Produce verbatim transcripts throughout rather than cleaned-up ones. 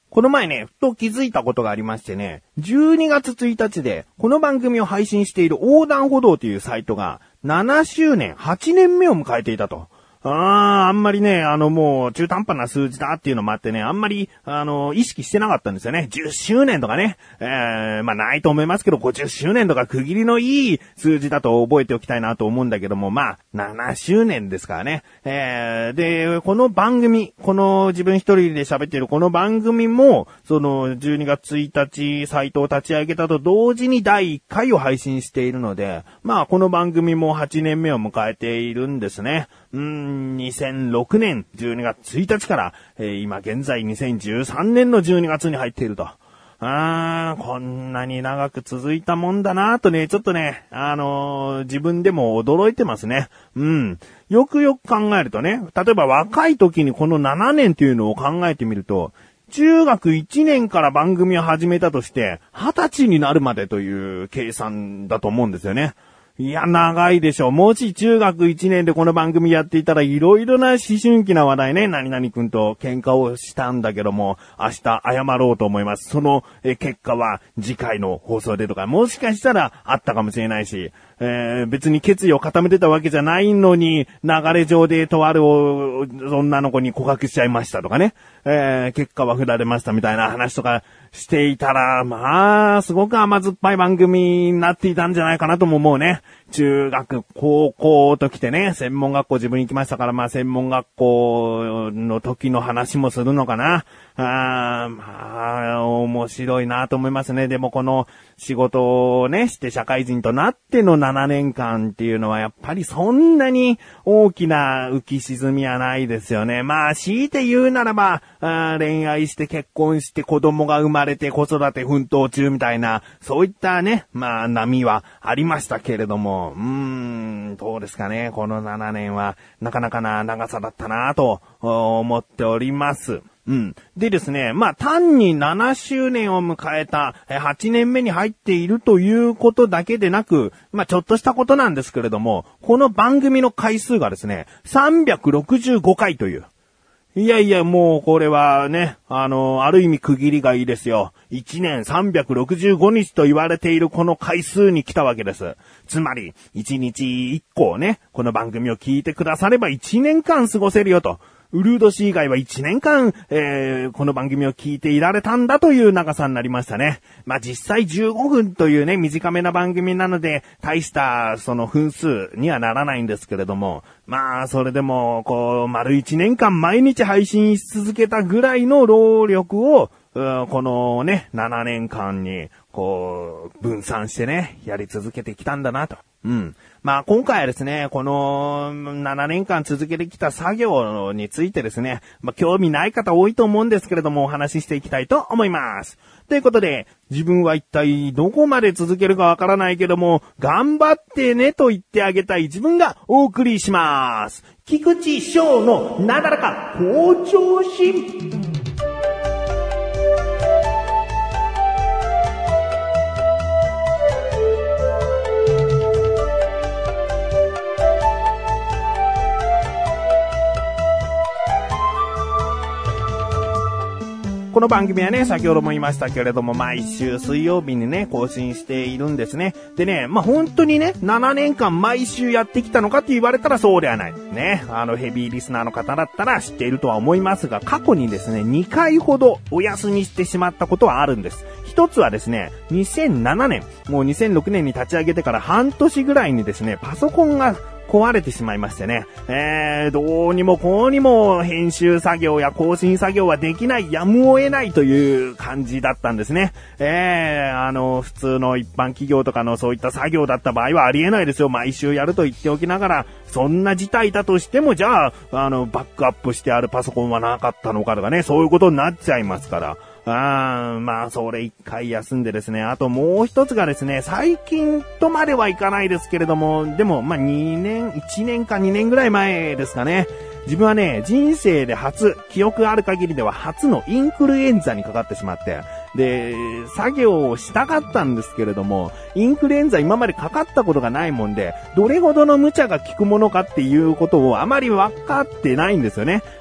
この前ね、ふと気づいたことがありましてね、じゅうにがつついたちでこの番組を配信している横断歩道というサイトがななしゅうねん、はちねんめを迎えていたと。ああ、あんまりね、あのもう中途半端な数字だっていうのもあってね、あんまり、あの、意識してなかったんですよね。じゅっしゅうねんとかね。えー、まあないと思いますけど、ごじゅっしゅうねんとか区切りのいい数字だと覚えておきたいなと思うんだけども、まあ、ななしゅうねんですからね。えー、で、この番組、この自分一人で喋っているこの番組も、そのじゅうにがつついたちサイトを立ち上げたと同時にだいいっかいを配信しているので、まあこの番組もはちねんめを迎えているんですね。うーん、にせんろくねんじゅうにがつついたちから、えー、今現在にせんじゅうさんねんのじゅうにがつに入っていると。あー、こんなに長く続いたもんだなとね、ちょっとね、あのー、自分でも驚いてますね。うん。よくよく考えるとね、例えば若い時にこのななねんというのを考えてみると、中学いちねんから番組を始めたとして、はたちになるまでという計算だと思うんですよね。いや、長いでしょう。もし中学いちねんでこの番組やっていたらいろいろな思春期な話題ね、何々くんと喧嘩をしたんだけども、明日謝ろうと思います。そのえ結果は次回の放送でとか、もしかしたらあったかもしれないし、えー、別に決意を固めてたわけじゃないのに、流れ上でとある女の子に告白しちゃいましたとかね、えー、結果は振られましたみたいな話とかしていたら、まあ、すごく甘酸っぱい番組になっていたんじゃないかなとも思うね。中学、高校と来てね、専門学校自分行きましたから、まあ専門学校の時の話もするのかな。あまあ、面白いなと思いますね。でもこの仕事をね、して社会人となってのななねんかんっていうのはやっぱりそんなに大きな浮き沈みはないですよね。まあ、強いて言うならば、あ恋愛して結婚して子供が生まれて子育て奮闘中みたいな、そういったね、まあ波はありましたけれども、うーん、どうですかね。このななねんはなかなかな長さだったなと思っております。うん。でですね、まあ単にななしゅうねんを迎えたはちねんめに入っているということだけでなく、まあちょっとしたことなんですけれども、この番組の回数がですね、さんびゃくろくじゅうごかいという。いやいや、もうこれはね、あの、ある意味区切りがいいですよ。いちねんさんびゃくろくじゅうごにちと言われているこの回数に来たわけです。つまり、いちにちいっこね、この番組を聞いてくださればいちねんかん過ごせるよと。ウルード氏以外はいちねんかん、えー、この番組を聞いていられたんだという長さになりましたね。まあ、実際じゅうごふんというね、短めな番組なので、大したその分数にはならないんですけれども、まあ、それでも、こう、丸いちねんかん毎日配信し続けたぐらいの労力を、このね、ななねんかんに、こう、分散してね、やり続けてきたんだなと。うん。まあ今回はですね、このななねんかん続けてきた作業についてですね、まあ興味ない方多いと思うんですけれどもお話ししていきたいと思います。ということで、自分は一体どこまで続けるかわからないけども、頑張ってねと言ってあげたい自分がお送りします。菊池翔のなだらか向上心。この番組はね、先ほども言いましたけれども、毎週水曜日にね、更新しているんですね。でね、まあ、本当にね、ななねんかん毎週やってきたのかって言われたらそうではない。ね、あの、ヘビーリスナーの方だったら知っているとは思いますが、過去にですね、にかいほどお休みしてしまったことはあるんです。一つはですね、にせんななねん、もうにせんろくねんに立ち上げてから半年ぐらいにですね、パソコンが壊れてしまいましてね。えー、どうにもこうにも編集作業や更新作業はできない、やむを得ないという感じだったんですね。えー、あの、普通の一般企業とかのそういった作業だった場合はありえないですよ。毎週やると言っておきながら、そんな事態だとしても、じゃあ、あの、バックアップしてあるパソコンはなかったのかとかね、そういうことになっちゃいますから。あまあ、それ一回休んでですね。あともう一つがですね、最近とまではいかないですけれども、でも、まあ、にねん、いちねんかにねんぐらい前ですかね。自分はね、人生で初、記憶ある限りでは初のインフルエンザにかかってしまって、で、作業をしたかったんですけれども、インフルエンザ今までかかったことがないもんで、どれほどの無茶が効くものかっていうことをあまり分かってないんですよね。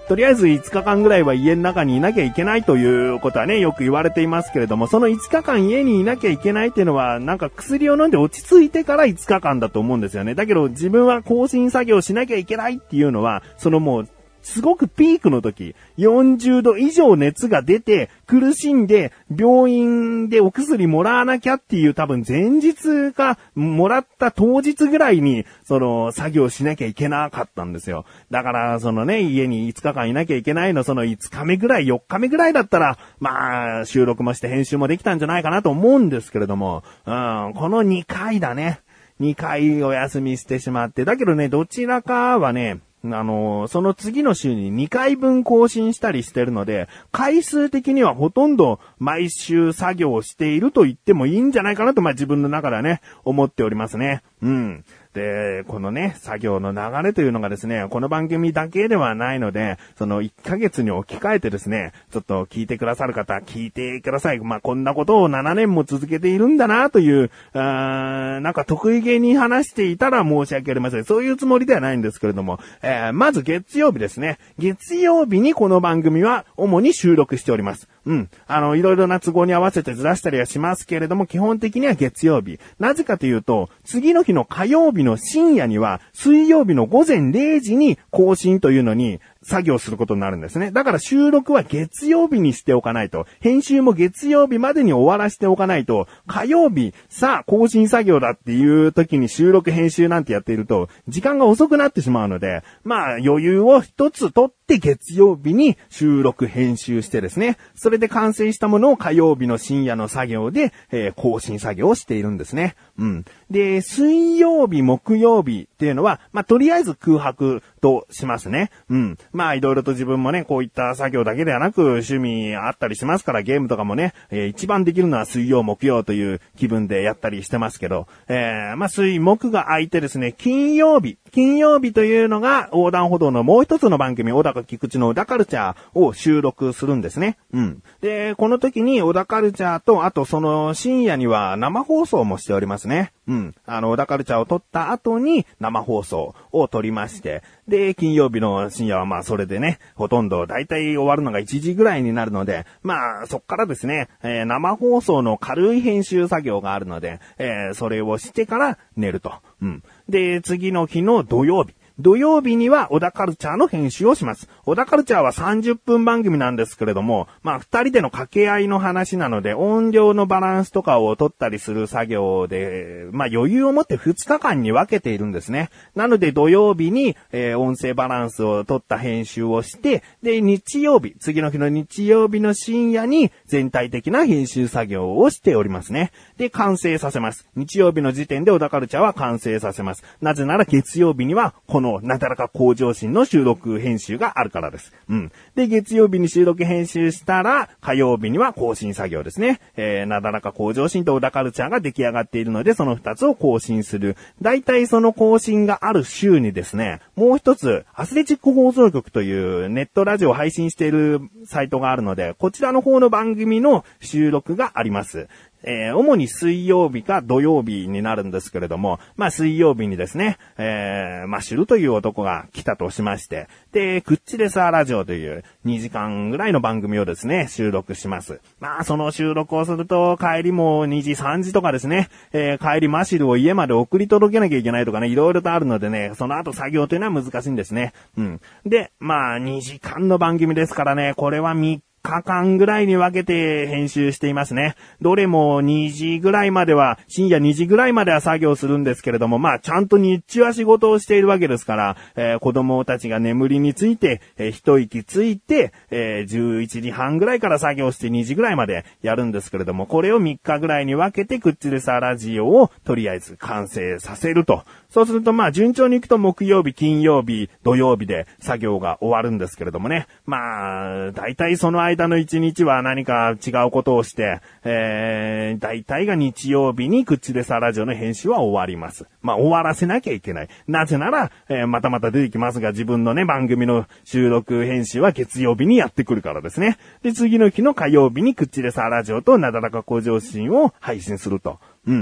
とりあえずいつかかんぐらいは家の中にいなきゃいけないということはね、よく言われていますけれども、そのいつかかん家にいなきゃいけないっていうのは、なんか薬を飲んで落ち着いてからいつかかんだと思うんですよね。だけど自分は更新作業しなきゃいけないっていうのは、そのもう、すごくピークの時、よんじゅうど以上熱が出て、苦しんで、病院でお薬もらわなきゃっていう多分前日か、もらった当日ぐらいに、その、作業しなきゃいけなかったんですよ。だから、そのね、家にいつかかんいなきゃいけないの、そのいつかめぐらい、よっかめぐらいだったら、まあ、収録もして編集もできたんじゃないかなと思うんですけれども、うん、このにかいだね。にかいお休みしてしまって、だけどね、どちらかはね、あの、その次の週ににかいぶん更新したりしてるので、回数的にはほとんど毎週作業をしていると言ってもいいんじゃないかなと、まあ自分の中ではね、思っておりますね。うん。で、このね、作業の流れというのがですね、この番組だけではないので、そのいっかげつに置き換えてですね、ちょっと聞いてくださる方、聞いてください。まあ、こんなことをななねんも続けているんだなという、あーなんか得意げに話していたら申し訳ありません。そういうつもりではないんですけれども、えー、まず月曜日ですね。月曜日にこの番組は主に収録しております。うん。あの、いろいろな都合に合わせてずらしたりはしますけれども、基本的には月曜日。なぜかというと、次の日の火曜日の深夜には、水曜日の午前れいじに更新というのに、作業することになるんですね。だから収録は月曜日にしておかないと、編集も月曜日までに終わらせておかないと、火曜日、さあ更新作業だっていう時に収録編集なんてやっていると、時間が遅くなってしまうので、まあ余裕を一つ取って月曜日に収録編集してですね、それで完成したものを火曜日の深夜の作業で、えー、更新作業をしているんですね。うん。で、水曜日、木曜日っていうのは、まあとりあえず空白としますね。うん。まあいろいろと自分もね、こういった作業だけではなく趣味あったりしますから、ゲームとかもね、えー、一番できるのは水曜木曜という気分でやったりしてますけど、えー、まあ水木が空いてですね、金曜日、金曜日というのが横断歩道のもう一つの番組、小高菊池の小田カルチャーを収録するんですね。うん。で、この時に小田カルチャーと、あとその深夜には生放送もしておりますね。うん。あの、小田カルチャーを撮った後に生放送を撮りまして、で、金曜日の深夜はまあそれでね、ほとんどだいたい終わるのがいちじぐらいになるので、まあそっからですね、えー、生放送の軽い編集作業があるので、えー、それをしてから寝ると。うん。で、次の日の土曜日。土曜日には小田カルチャーの編集をします。小田カルチャーはさんじゅっぷん番組なんですけれども、まあ二人での掛け合いの話なので、音量のバランスとかを取ったりする作業で、まあ余裕を持ってふつかかんに分けているんですね。なので土曜日に、えー、音声バランスを取った編集をして、で、日曜日、次の日の日曜日の深夜に全体的な編集作業をしておりますね。で、完成させます。日曜日の時点で小田カルチャーは完成させます。なぜなら月曜日にはこのなだらか向上心の収録編集があるからです。うん。で、月曜日に収録編集したら、火曜日には更新作業ですね。えー、なだらか向上心と小田カルチャーが出来上がっているので、その二つを更新する。だいたいその更新がある週にですね、もう一つ、アスレチック放送局というネットラジオを配信しているサイトがあるので、こちらの方の番組の収録があります。えー、主に水曜日か土曜日になるんですけれども、まあ水曜日にですね、えー、マッシュルという男が来たとしまして、で、クッチレスアラジオというにじかんぐらいの番組をですね、収録します。まあその収録をすると帰りもにじさんじとかですね、えー、帰りマシルを家まで送り届けなきゃいけないとかね、いろいろとあるのでね、その後作業というのは難しいんですね。うん。で、まあにじかんの番組ですからね、これはみっかかんぐらいに分けて編集していますね。どれもにじぐらいまでは、深夜にじぐらいまでは作業するんですけれども、まあちゃんと日中は仕事をしているわけですから、えー、子供たちが眠りについて、えー、一息ついて、えー、じゅういちじはんぐらいから作業してにじぐらいまでやるんですけれども、これをみっかぐらいに分けてクッチレサラジオをとりあえず完成させると。そうするとまあ順調にいくと木曜日、金曜日、土曜日で作業が終わるんですけれどもね。まあ、だいたいその間の一日は何か違うことをして、えー、だいたいが日曜日にクッチレサラジオの編集は終わります。まあ終わらせなきゃいけない。なぜなら、えー、またまた出てきますが、自分のね、番組の収録編集は月曜日にやってくるからですね。で、次の日の火曜日にクッチレサラジオとなだらか向上心を配信すると。うん。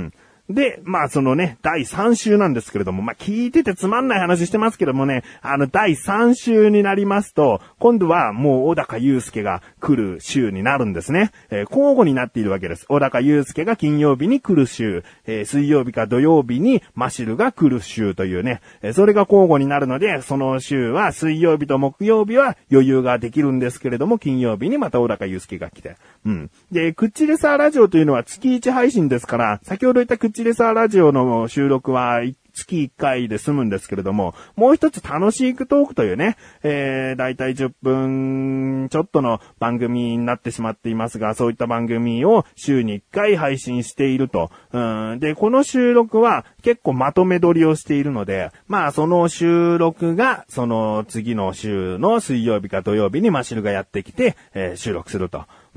で、まあそのね、だいさん週なんですけれども、まあ聞いててつまんない話してますけどもね、あのだいさん週になりますと、今度はもう小高祐介が来る週になるんですね。えー、交互になっているわけです。小高祐介が金曜日に来る週、えー、水曜日か土曜日にマシルが来る週というね、えー、それが交互になるので、その週は水曜日と木曜日は余裕ができるんですけれども、金曜日にまた小高祐介が来て、うん。で、クッチレサーラジオというのは月いち配信ですから、先ほど言ったクッチレサーラジオの収録は月いっかいで済むんですけれども、もう一つ楽しいトークというね、えー、だいたいじゅっぷんちょっとの番組になってしまっていますが、そういった番組を週にいっかい配信していると。うん、で、この収録は結構まとめ撮りをしているので、まあその収録がその次の週の水曜日か土曜日にマシルがやってきて、えー、収録すると。うん。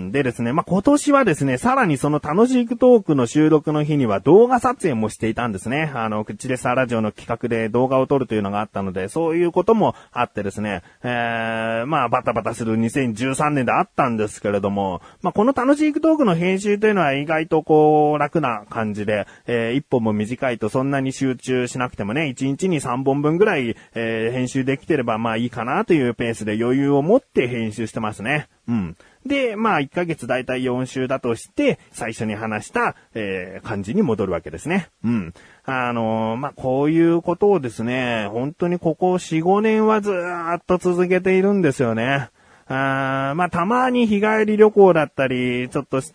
でですね、まあ、今年はですね、さらにその楽しいトークの収録の日には動画撮影もしていたんですね。あの、クチレサーラジオの企画で動画を撮るというのがあったので、そういうこともあってですね、えー、まあ、バタバタするにせんじゅうさんねんであったんですけれども、まあ、この楽しいトークの編集というのは意外とこう、楽な感じで、えー、一本も短いとそんなに集中しなくてもね、いちにちにさんぼんぶんぐらい、えー、編集できてればまあいいかなというペースで余裕を持って編集してますね。うん。で、まあ、いっかげつだいたいよん週だとして、最初に話した、えー、感じに戻るわけですね。うん。あのー、まあ、こういうことをですね、本当にここよん、ごねんはずーっと続けているんですよね。あまあ、たまに日帰り旅行だったり、ちょっとした、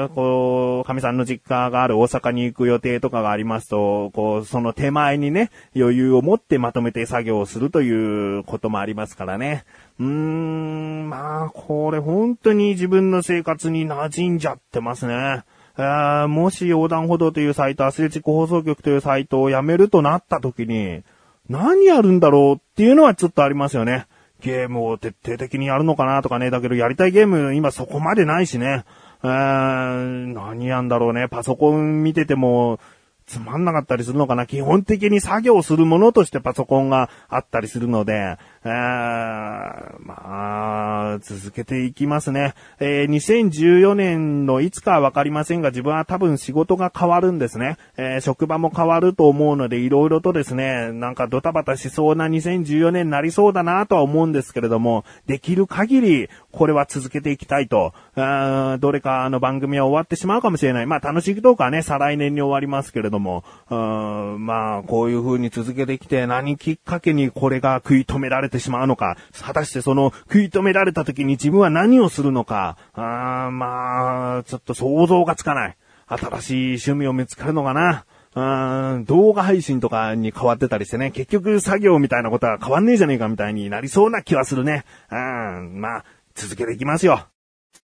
こう、神さんの実家がある大阪に行く予定とかがありますと、こう、その手前にね、余裕を持ってまとめて作業をするということもありますからね。うーん、まあ、これ本当に自分の生活に馴染んじゃってますね。あもし横断歩道というサイト、アスレチック放送局というサイトをやめるとなった時に、何やるんだろうっていうのはちょっとありますよね。ゲームを徹底的にやるのかなとかね。だけどやりたいゲーム今そこまでないしね。えー、何やんだろうね。パソコン見ててもつまんなかったりするのかな。基本的に作業するものとしてパソコンがあったりするので、えー、まあ、続けていきますね。えー、にせんじゅうよねんのいつかはわかりませんが、自分は多分仕事が変わるんですね。えー、職場も変わると思うので、いろいろとですね、なんかドタバタしそうなにせんじゅうよねんになりそうだなとは思うんですけれども、できる限りこれは続けていきたいと。あどれかの番組は終わってしまうかもしれない。まあ楽しいトークはね、再来年に終わりますけれども、あまあこういう風に続けてきて何きっかけにこれが食い止められてしまうのか、果たしてその食い止められた時に自分は何をするのか、あまあちょっと想像がつかない。新しい趣味を見つかるのかな。うん動画配信とかに変わってたりしてね、結局作業みたいなことは変わんねえじゃねえかみたいになりそうな気はするね。うんまあ続けていきますよ。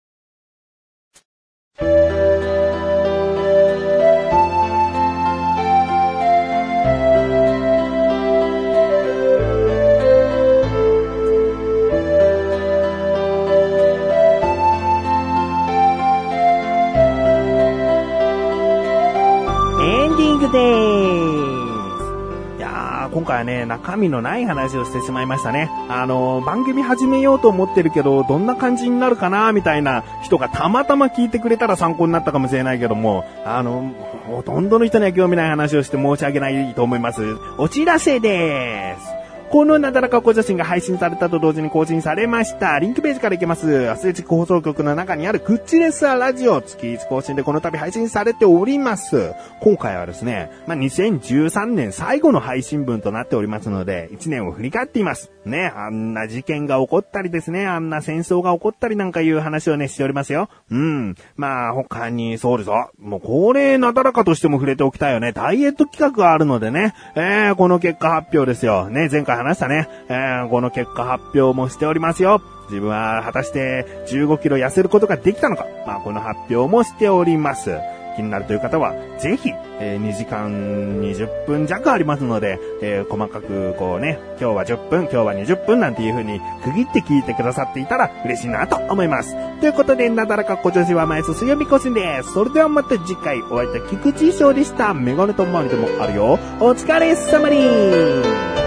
でーす。いやー、今回はね、中身のない話をしてしまいましたね。あのー、番組始めようと思ってるけど、どんな感じになるかなみたいな人がたまたま聞いてくれたら参考になったかもしれないけども、あのー、ほとんどの人には興味ない話をして申し訳ないと思います。お知らせでーす。このなだらか小写真が配信されたと同時に更新されました。リンクページから行けます。アスレチック放送局の中にあるクッチレスアラジオ月いち更新でこの度配信されております。今回はですね、まあ、にせんじゅうさんねん最後の配信分となっておりますので、いちねんを振り返っています。ね、あんな事件が起こったりですね、あんな戦争が起こったりなんかいう話をね、しておりますよ。うん。まあ、他にそうですよ。もうこれなだらかとしても触れておきたいよね。ダイエット企画があるのでね、えー、この結果発表ですよ。ね、前回話したね、えー、この結果発表もしておりますよ。自分は果たしてじゅうごキロ痩せることができたのか、まあこの発表もしております。気になるという方はぜひ、えー、にじかんにじゅっぷん弱ありますので、えー、細かくこうね、今日はじゅっぷん、今日はにじゅっぷんなんていう風に区切って聞いてくださっていたら嬉しいなと思います。ということで、なだらか小女子は毎週水曜日更新です。それではまた次回お会いいた菊池翔でした。メガネと周りでもあるよ。お疲れ様に。